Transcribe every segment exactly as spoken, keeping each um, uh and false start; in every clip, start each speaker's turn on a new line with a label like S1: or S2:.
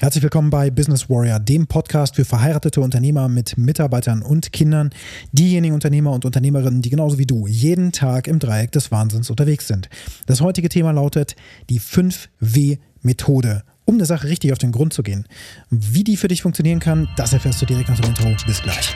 S1: Herzlich willkommen bei Business Warrior, dem Podcast für verheiratete Unternehmer mit Mitarbeitern und Kindern, diejenigen Unternehmer und Unternehmerinnen, die genauso wie du jeden Tag im Dreieck des Wahnsinns unterwegs sind. Das heutige Thema lautet die fünf W Methode, um der Sache richtig auf den Grund zu gehen. Wie die für dich funktionieren kann, das erfährst du direkt nach dem Intro. Bis gleich.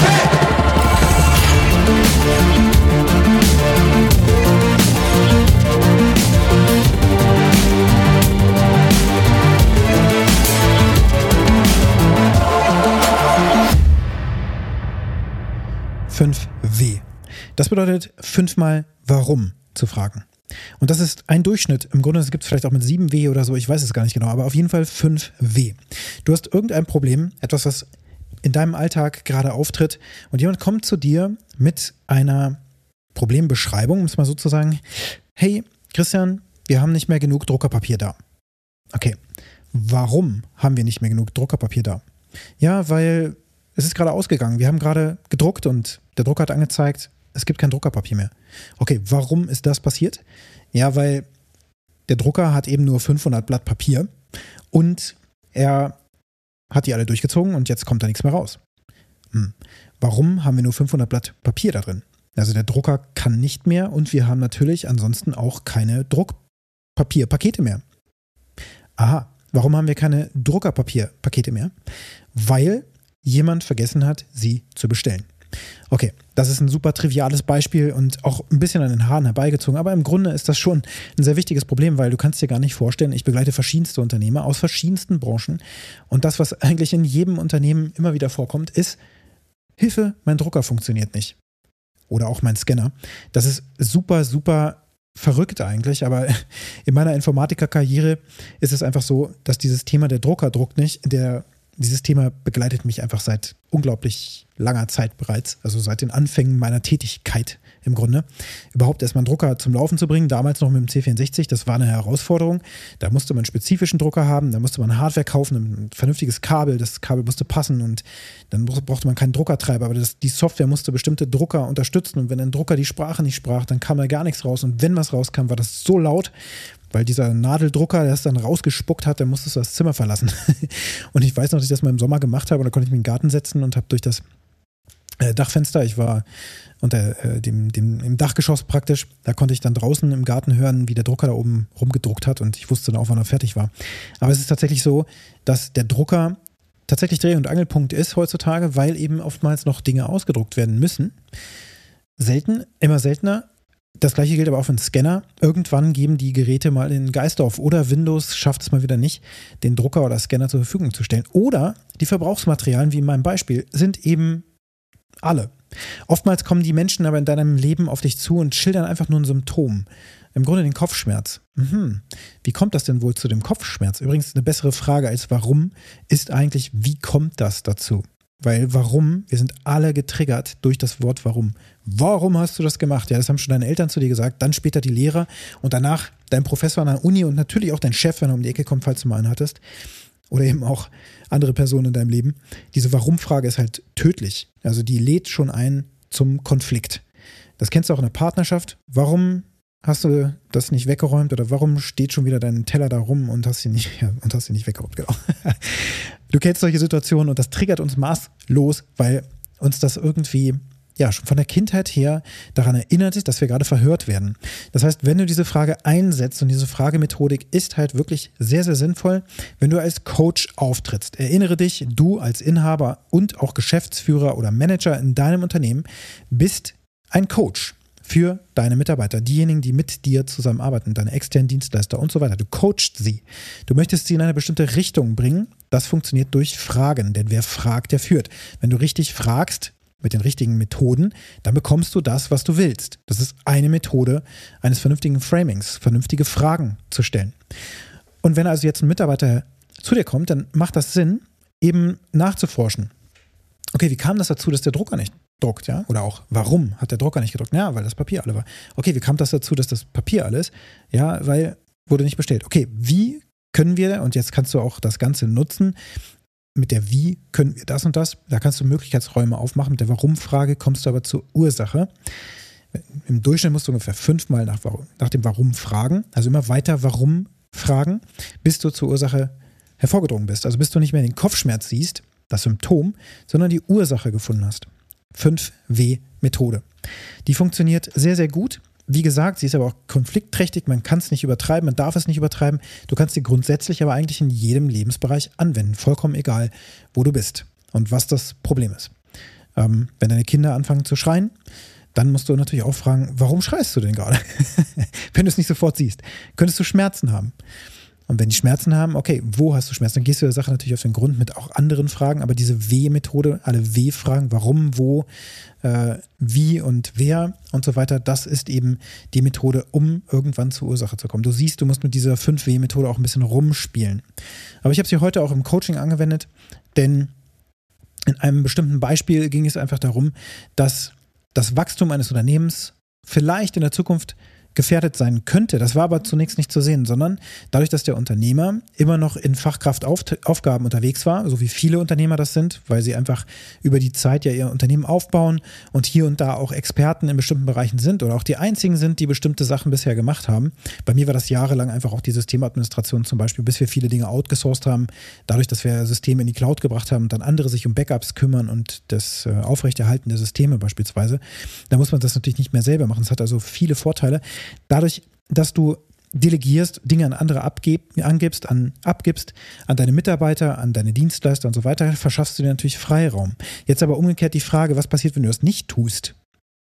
S1: fünf W. Das bedeutet fünfmal Warum zu fragen. Und das ist ein Durchschnitt. Im Grunde gibt es vielleicht auch mit sieben W oder so, ich weiß es gar nicht genau, aber auf jeden Fall fünf W. Du hast irgendein Problem, etwas, was in deinem Alltag gerade auftritt und jemand kommt zu dir mit einer Problembeschreibung, um es mal so zu sagen. Hey, Christian, wir haben nicht mehr genug Druckerpapier da. Okay, warum haben wir nicht mehr genug Druckerpapier da? Ja, weil es ist gerade ausgegangen. Wir haben gerade gedruckt und der Drucker hat angezeigt, es gibt kein Druckerpapier mehr. Okay, warum ist das passiert? Ja, weil der Drucker hat eben nur fünfhundert Blatt Papier und er hat die alle durchgezogen und jetzt kommt da nichts mehr raus. Hm. Warum haben wir nur fünfhundert Blatt Papier da drin? Also der Drucker kann nicht mehr und wir haben natürlich ansonsten auch keine Druckpapierpakete mehr. Aha, warum haben wir keine Druckerpapierpakete mehr? Weil jemand vergessen hat, sie zu bestellen. Okay, das ist ein super triviales Beispiel und auch ein bisschen an den Haaren herbeigezogen, aber im Grunde ist das schon ein sehr wichtiges Problem, weil du kannst dir gar nicht vorstellen, ich begleite verschiedenste Unternehmer aus verschiedensten Branchen und das, was eigentlich in jedem Unternehmen immer wieder vorkommt, ist, Hilfe, mein Drucker funktioniert nicht. Oder auch mein Scanner. Das ist super, super verrückt eigentlich, aber in meiner Informatikerkarriere ist es einfach so, dass dieses Thema der Drucker druckt nicht, der Dieses Thema begleitet mich einfach seit unglaublich langer Zeit bereits, also seit den Anfängen meiner Tätigkeit im Grunde. Überhaupt erstmal einen Drucker zum Laufen zu bringen, damals noch mit dem C vierundsechzig, das war eine Herausforderung. Da musste man einen spezifischen Drucker haben, da musste man Hardware kaufen, ein vernünftiges Kabel, das Kabel musste passen und dann brauchte man keinen Druckertreiber, aber das, die Software musste bestimmte Drucker unterstützen und wenn ein Drucker die Sprache nicht sprach, dann kam da gar nichts raus und wenn was rauskam, war das so laut, weil dieser Nadeldrucker, der es dann rausgespuckt hat, der musste das Zimmer verlassen. Und ich weiß noch, dass ich das mal im Sommer gemacht habe und da konnte ich mich in den Garten setzen und habe durch das äh, Dachfenster, ich war unter äh, dem, dem, im Dachgeschoss praktisch, da konnte ich dann draußen im Garten hören, wie der Drucker da oben rumgedruckt hat und ich wusste dann auch, wann er fertig war. Aber es ist tatsächlich so, dass der Drucker tatsächlich Dreh- und Angelpunkt ist heutzutage, weil eben oftmals noch Dinge ausgedruckt werden müssen. Selten, immer seltener. Das gleiche gilt aber auch für einen Scanner. Irgendwann geben die Geräte mal in Geist auf oder Windows schafft es mal wieder nicht, den Drucker oder Scanner zur Verfügung zu stellen. Oder die Verbrauchsmaterialien, wie in meinem Beispiel, sind eben alle. Oftmals kommen die Menschen aber in deinem Leben auf dich zu und schildern einfach nur ein Symptom. Im Grunde den Kopfschmerz. Mhm. Wie kommt das denn wohl zu dem Kopfschmerz? Übrigens eine bessere Frage als warum ist eigentlich, wie kommt das dazu? Weil warum, wir sind alle getriggert durch das Wort warum. Warum hast du das gemacht? Ja, das haben schon deine Eltern zu dir gesagt, dann später die Lehrer und danach dein Professor an der Uni und natürlich auch dein Chef, wenn er um die Ecke kommt, falls du mal einen hattest. Oder eben auch andere Personen in deinem Leben. Diese Warum-Frage ist halt tödlich. Also die lädt schon ein zum Konflikt. Das kennst du auch in der Partnerschaft. Warum hast du das nicht weggeräumt oder warum steht schon wieder dein Teller da rum und hast ihn nicht, ja, und hast ihn nicht weggeräumt, genau. Du kennst solche Situationen und das triggert uns maßlos, weil uns das irgendwie ja schon von der Kindheit her daran erinnert, dass wir gerade verhört werden. Das heißt, wenn du diese Frage einsetzt und diese Fragemethodik ist halt wirklich sehr, sehr sinnvoll, wenn du als Coach auftrittst. Erinnere dich, du als Inhaber und auch Geschäftsführer oder Manager in deinem Unternehmen bist ein Coach für deine Mitarbeiter, diejenigen, die mit dir zusammenarbeiten, deine externen Dienstleister und so weiter. Du coachst sie. Du möchtest sie in eine bestimmte Richtung bringen. Das funktioniert durch Fragen, denn wer fragt, der führt. Wenn du richtig fragst, mit den richtigen Methoden, dann bekommst du das, was du willst. Das ist eine Methode eines vernünftigen Framings, vernünftige Fragen zu stellen. Und wenn also jetzt ein Mitarbeiter zu dir kommt, dann macht das Sinn, eben nachzuforschen. Okay, wie kam das dazu, dass der Drucker nicht druckt, ja? Oder auch, warum hat der Drucker nicht gedruckt? Ja, weil das Papier alle war. Okay, wie kam das dazu, dass das Papier alles? Ja, weil wurde nicht bestellt. Okay, wie können wir, und jetzt kannst du auch das Ganze nutzen, mit der Wie können wir das und das, da kannst du Möglichkeitsräume aufmachen. Mit der Warum-Frage kommst du aber zur Ursache. Im Durchschnitt musst du ungefähr fünfmal nach, nach dem Warum fragen, also immer weiter Warum fragen, bis du zur Ursache hervorgedrungen bist. Also bis du nicht mehr den Kopfschmerz siehst, das Symptom, sondern die Ursache gefunden hast. fünf W Methode. Die funktioniert sehr, sehr gut. Wie gesagt, sie ist aber auch konfliktträchtig, man kann es nicht übertreiben, man darf es nicht übertreiben. Du kannst sie grundsätzlich aber eigentlich in jedem Lebensbereich anwenden, vollkommen egal, wo du bist und was das Problem ist. Ähm, wenn deine Kinder anfangen zu schreien, dann musst du natürlich auch fragen, warum schreist du denn gerade? Wenn du es nicht sofort siehst. Könntest du Schmerzen haben? Und wenn die Schmerzen haben, okay, wo hast du Schmerzen? Dann gehst du der Sache natürlich auf den Grund mit auch anderen Fragen, aber diese W-Methode, alle W-Fragen, warum, wo, äh, wie und wer und so weiter, das ist eben die Methode, um irgendwann zur Ursache zu kommen. Du siehst, du musst mit dieser fünf W Methode auch ein bisschen rumspielen. Aber ich habe sie heute auch im Coaching angewendet, denn in einem bestimmten Beispiel ging es einfach darum, dass das Wachstum eines Unternehmens vielleicht in der Zukunft gefährdet sein könnte. Das war aber zunächst nicht zu sehen, sondern dadurch, dass der Unternehmer immer noch in Fachkraftaufgaben unterwegs war, so wie viele Unternehmer das sind, weil sie einfach über die Zeit ja ihr Unternehmen aufbauen und hier und da auch Experten in bestimmten Bereichen sind oder auch die einzigen sind, die bestimmte Sachen bisher gemacht haben. Bei mir war das jahrelang einfach auch die Systemadministration zum Beispiel, bis wir viele Dinge outgesourced haben, dadurch, dass wir Systeme in die Cloud gebracht haben und dann andere sich um Backups kümmern und das Aufrechterhalten der Systeme beispielsweise. Da muss man das natürlich nicht mehr selber machen. Es hat also viele Vorteile. Dadurch, dass du delegierst, Dinge an andere abgib, angibst, an, abgibst, an deine Mitarbeiter, an deine Dienstleister und so weiter, verschaffst du dir natürlich Freiraum. Jetzt aber umgekehrt die Frage, was passiert, wenn du das nicht tust?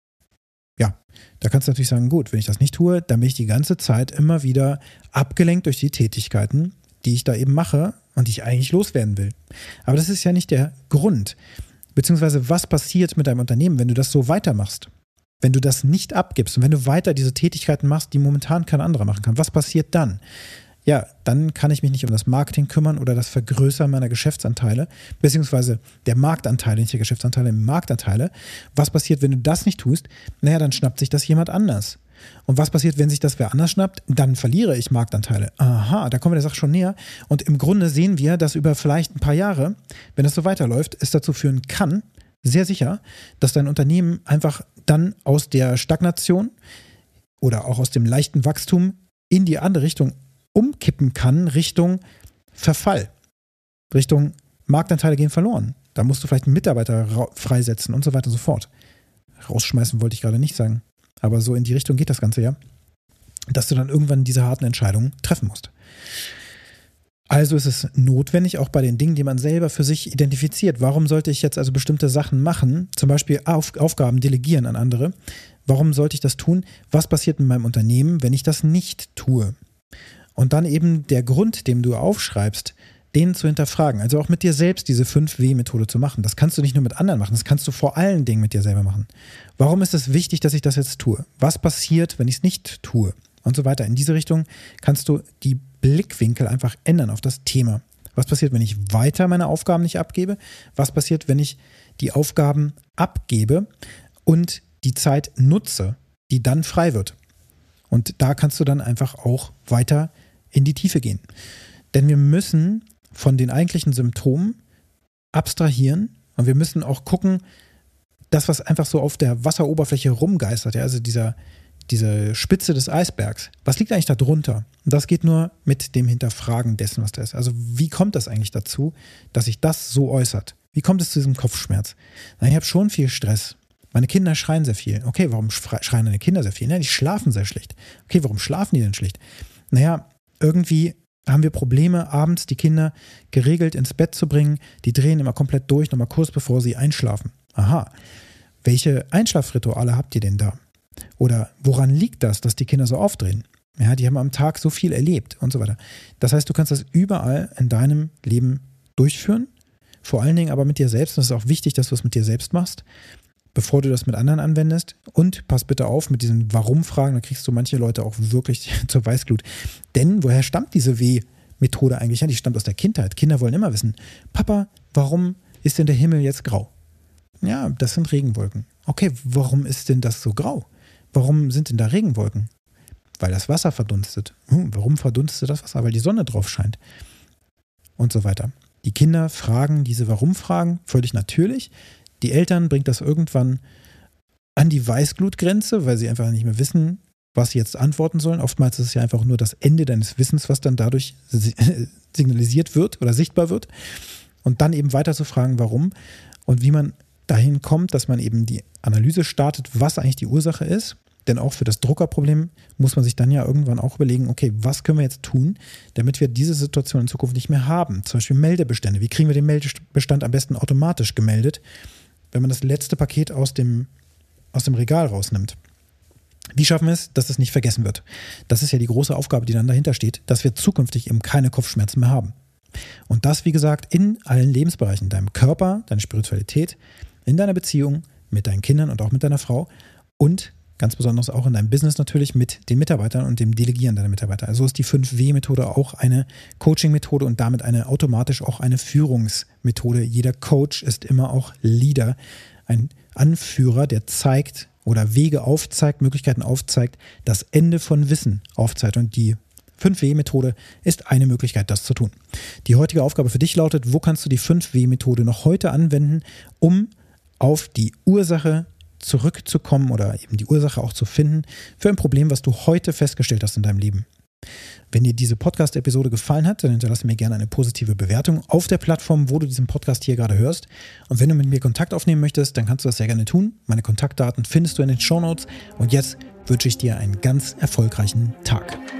S1: Ja, da kannst du natürlich sagen, gut, wenn ich das nicht tue, dann bin ich die ganze Zeit immer wieder abgelenkt durch die Tätigkeiten, die ich da eben mache und die ich eigentlich loswerden will. Aber das ist ja nicht der Grund. Beziehungsweise, was passiert mit deinem Unternehmen, wenn du das so weitermachst? Wenn du das nicht abgibst und wenn du weiter diese Tätigkeiten machst, die momentan kein anderer machen kann, was passiert dann? Ja, dann kann ich mich nicht um das Marketing kümmern oder das Vergrößern meiner Geschäftsanteile, beziehungsweise der Marktanteile, nicht der Geschäftsanteile, Marktanteile. Was passiert, wenn du das nicht tust? Naja, dann schnappt sich das jemand anders. Und was passiert, wenn sich das wer anders schnappt? Dann verliere ich Marktanteile. Aha, da kommen wir der Sache schon näher. Und im Grunde sehen wir, dass über vielleicht ein paar Jahre, wenn das so weiterläuft, es dazu führen kann, sehr sicher, dass dein Unternehmen einfach dann aus der Stagnation oder auch aus dem leichten Wachstum in die andere Richtung umkippen kann, Richtung Verfall, Richtung Marktanteile gehen verloren. Da musst du vielleicht einen Mitarbeiter ra- freisetzen und so weiter und so fort. Rausschmeißen wollte ich gerade nicht sagen, aber so in die Richtung geht das Ganze ja, dass du dann irgendwann diese harten Entscheidungen treffen musst. Also ist es notwendig, auch bei den Dingen, die man selber für sich identifiziert. Warum sollte ich jetzt also bestimmte Sachen machen, zum Beispiel Auf- Aufgaben delegieren an andere? Warum sollte ich das tun? Was passiert mit meinem Unternehmen, wenn ich das nicht tue? Und dann eben der Grund, dem du aufschreibst, den zu hinterfragen. Also auch mit dir selbst diese fünf W Methode zu machen. Das kannst du nicht nur mit anderen machen, das kannst du vor allen Dingen mit dir selber machen. Warum ist es wichtig, dass ich das jetzt tue? Was passiert, wenn ich es nicht tue? Und so weiter. In diese Richtung kannst du die Blickwinkel einfach ändern auf das Thema. Was passiert, wenn ich weiter meine Aufgaben nicht abgebe? Was passiert, wenn ich die Aufgaben abgebe und die Zeit nutze, die dann frei wird? Und da kannst du dann einfach auch weiter in die Tiefe gehen. Denn wir müssen von den eigentlichen Symptomen abstrahieren und wir müssen auch gucken, das, was einfach so auf der Wasseroberfläche rumgeistert, ja, also dieser diese Spitze des Eisbergs, was liegt eigentlich da drunter? Und das geht nur mit dem Hinterfragen dessen, was da ist. Also wie kommt das eigentlich dazu, dass sich das so äußert? Wie kommt es zu diesem Kopfschmerz? Na, ich habe schon viel Stress. Meine Kinder schreien sehr viel. Okay, warum schreien deine Kinder sehr viel? Na, die schlafen sehr schlecht. Okay, warum schlafen die denn schlecht? Naja, irgendwie haben wir Probleme, abends die Kinder geregelt ins Bett zu bringen. Die drehen immer komplett durch, nochmal kurz bevor sie einschlafen. Aha, welche Einschlafrituale habt ihr denn da? Oder woran liegt das, dass die Kinder so aufdrehen? Ja, die haben am Tag so viel erlebt und so weiter. Das heißt, du kannst das überall in deinem Leben durchführen, vor allen Dingen aber mit dir selbst. Und es ist auch wichtig, dass du es mit dir selbst machst, bevor du das mit anderen anwendest. Und pass bitte auf mit diesen Warum-Fragen, da kriegst du manche Leute auch wirklich zur Weißglut. Denn woher stammt diese W-Methode eigentlich? Ja, die stammt aus der Kindheit. Kinder wollen immer wissen, Papa, warum ist denn der Himmel jetzt grau? Ja, das sind Regenwolken. Okay, warum ist denn das so grau? Warum sind denn da Regenwolken? Weil das Wasser verdunstet. Hm, warum verdunstet das Wasser? Weil die Sonne drauf scheint. Und so weiter. Die Kinder fragen diese Warum-Fragen völlig natürlich. Die Eltern bringt das irgendwann an die Weißglutgrenze, weil sie einfach nicht mehr wissen, was sie jetzt antworten sollen. Oftmals ist es ja einfach nur das Ende deines Wissens, was dann dadurch signalisiert wird oder sichtbar wird. Und dann eben weiter zu fragen, warum und wie man dahin kommt, dass man eben die Analyse startet, was eigentlich die Ursache ist. Denn auch für das Druckerproblem muss man sich dann ja irgendwann auch überlegen, okay, was können wir jetzt tun, damit wir diese Situation in Zukunft nicht mehr haben? Zum Beispiel Meldebestände. Wie kriegen wir den Meldebestand am besten automatisch gemeldet, wenn man das letzte Paket aus dem, aus dem Regal rausnimmt? Wie schaffen wir es, dass es nicht vergessen wird? Das ist ja die große Aufgabe, die dann dahinter steht, dass wir zukünftig eben keine Kopfschmerzen mehr haben. Und das, wie gesagt, in allen Lebensbereichen, deinem Körper, deiner Spiritualität, in deiner Beziehung mit deinen Kindern und auch mit deiner Frau und ganz besonders auch in deinem Business natürlich mit den Mitarbeitern und dem Delegieren deiner Mitarbeiter. Also ist die fünf W Methode auch eine Coaching-Methode und damit eine automatisch auch eine Führungsmethode. Jeder Coach ist immer auch Leader, ein Anführer, der zeigt oder Wege aufzeigt, Möglichkeiten aufzeigt, das Ende von Wissen aufzeigt. Und die fünf W Methode ist eine Möglichkeit, das zu tun. Die heutige Aufgabe für dich lautet, wo kannst du die fünf W Methode noch heute anwenden, um auf die Ursache zurückzukommen oder eben die Ursache auch zu finden für ein Problem, was du heute festgestellt hast in deinem Leben. Wenn dir diese Podcast-Episode gefallen hat, dann hinterlasse mir gerne eine positive Bewertung auf der Plattform, wo du diesen Podcast hier gerade hörst. Und wenn du mit mir Kontakt aufnehmen möchtest, dann kannst du das sehr gerne tun. Meine Kontaktdaten findest du in den Shownotes. Und jetzt wünsche ich dir einen ganz erfolgreichen Tag.